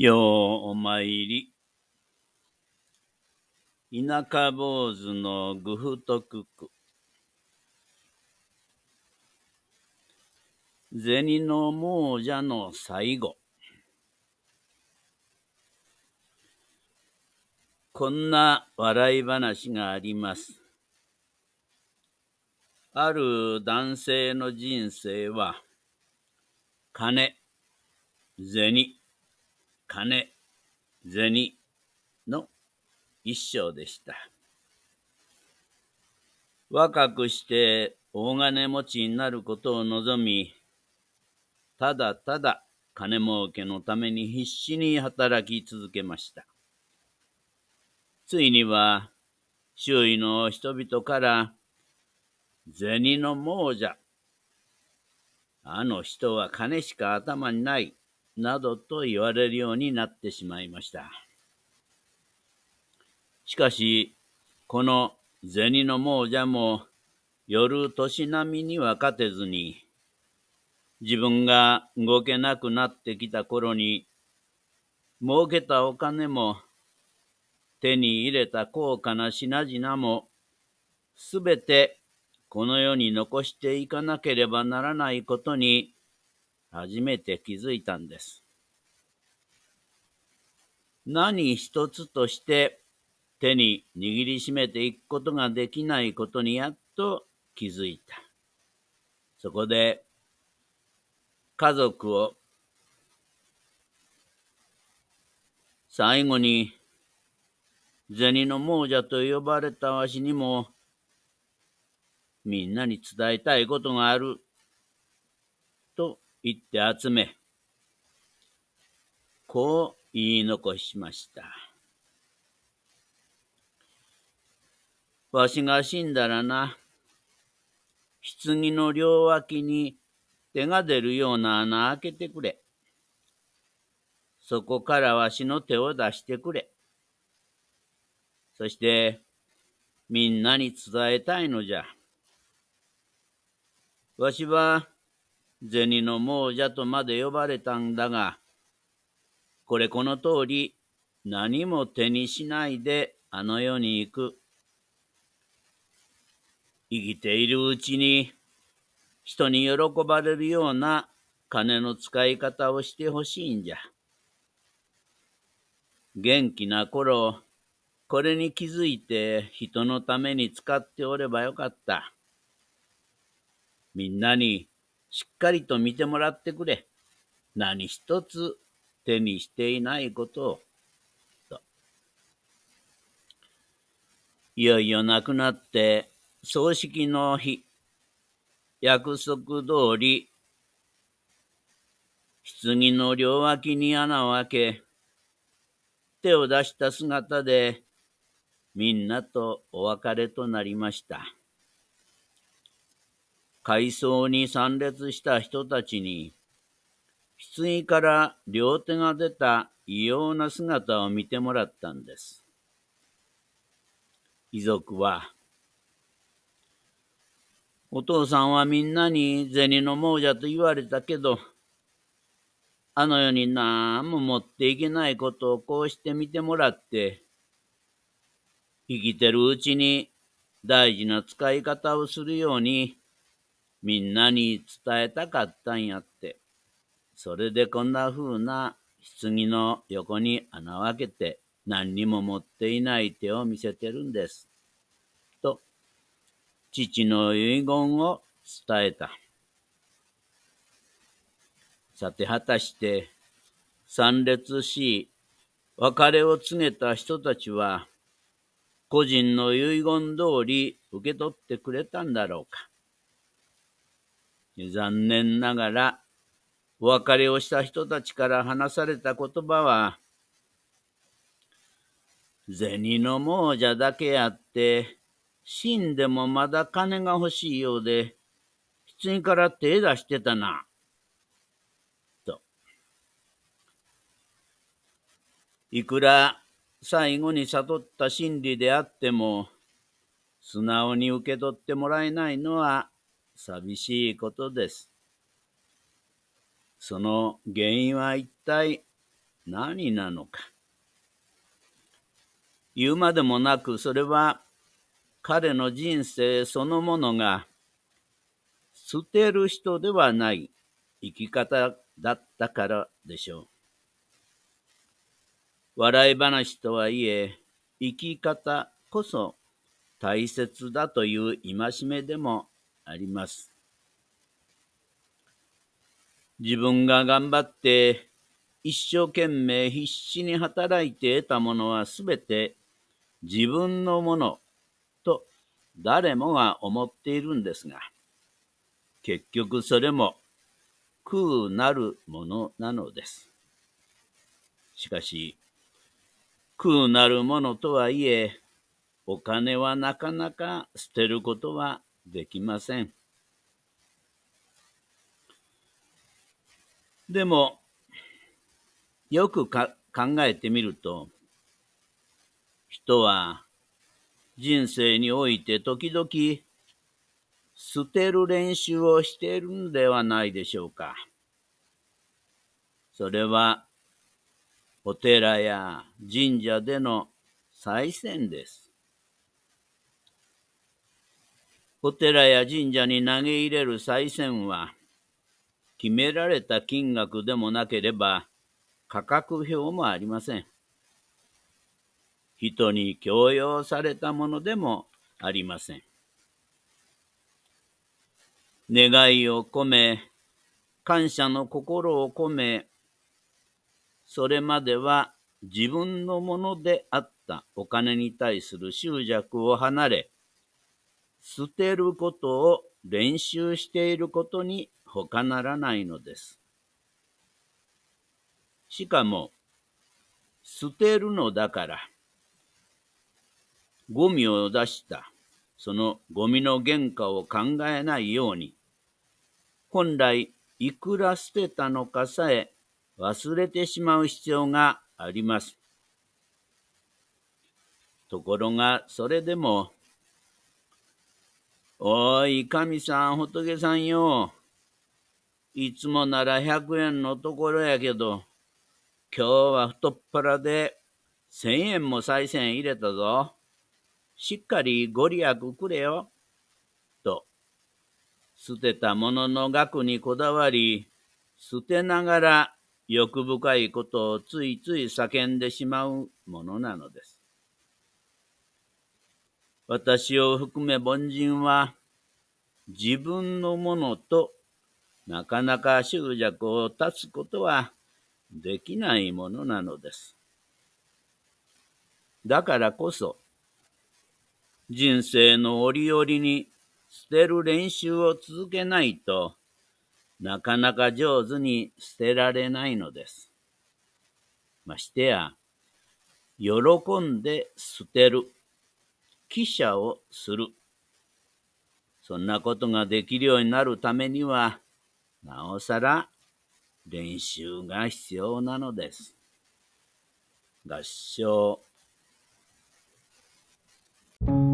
ようお参り。田舎坊主の愚不徳句。銭の亡者の最後。こんな笑い話があります。ある男性の人生は、金、銭、金、銭の一生でした。若くして大金持ちになることを望み、ただただ金儲けのために必死に働き続けました。ついには周囲の人々から銭の亡者、あの人は金しか頭にない、などと言われるようになってしまいました。しかし、この銭の亡者も夜年並みには勝てずに、自分が動けなくなってきた頃に、儲けたお金も手に入れた高価な品々も、すべてこの世に残していかなければならないことに初めて気づいたんです。何一つとして手に握りしめていくことができないことにやっと気づいた。そこで家族を最後に銭の亡者と呼ばれたわしにもみんなに伝えたいことがあると言って集め、こう言い残しました。わしが死んだらな、棺の両脇に手が出るような穴開けてくれ。そこからわしの手を出してくれ。そしてみんなに伝えたいのじゃ。わしは銭の亡者とまで呼ばれたんだが、この通り何も手にしないであの世に行く。生きているうちに人に喜ばれるような金の使い方をしてほしいんじゃ。元気な頃、これに気づいて人のために使っておればよかった。みんなにしっかりと見てもらってくれ。何一つ手にしていないことを。と。いよいよ亡くなって葬式の日、約束通り棺の両脇に穴を開け、手を出した姿でみんなとお別れとなりました。回葬に参列した人たちに、棺から両手が出た異様な姿を見てもらったんです。遺族は、お父さんはみんなに銭の亡者と言われたけど、あの世に何も持っていけないことをこうして見てもらって、生きてるうちに大事な使い方をするようにみんなに伝えたかったんやって。それでこんな風な棺の横に穴を開けて何にも持っていない手を見せてるんです。と、父の遺言を伝えた。さて果たして参列し、別れを告げた人たちは、個人の遺言通り受け取ってくれたんだろうか。残念ながら、お別れをした人たちから話された言葉は、銭の亡者だけあって、死んでもまだ金が欲しいようで、棺から手出してたな。と。いくら最後に悟った真理であっても、素直に受け取ってもらえないのは寂しいことです。その原因は一体何なのか。言うまでもなく、それは彼の人生そのものが捨てる人ではない生き方だったからでしょう。笑い話とはいえ、生き方こそ大切だという戒めでもあります。自分が頑張って一生懸命必死に働いて得たものはすべて自分のものと誰もが思っているんですが、結局それも空なるものなのです。しかし、空なるものとはいえ、お金はなかなか捨てることはできません。でも、よく考えてみると、人は人生において時々捨てる練習をしているのではないでしょうか。それはお寺や神社での賽銭です。お寺や神社に投げ入れる賽銭は、決められた金額でもなければ価格表もありません。人に強要されたものでもありません。願いを込め、感謝の心を込め、それまでは自分のものであったお金に対する執着を離れ、捨てることを練習していることに他ならないのです。しかも、捨てるのだから、ゴミを出した、そのゴミの原価を考えないように、本来いくら捨てたのかさえ忘れてしまう必要があります。ところが、それでも、おい、神さん、仏さんよ。いつもなら100円のところやけど、今日は太っ腹で1000円も賽銭入れたぞ。しっかりご利益くれよ。と、捨てたものの額にこだわり、捨てながら欲深いことをついつい叫んでしまうものなのです。私を含め凡人は、自分のものとなかなか執着を断つことはできないものなのです。だからこそ、人生の折々に捨てる練習を続けないとなかなか上手に捨てられないのです。ましてや、喜んで捨てる、帰捨をする。そんなことができるようになるためには、なおさら練習が必要なのです。合唱。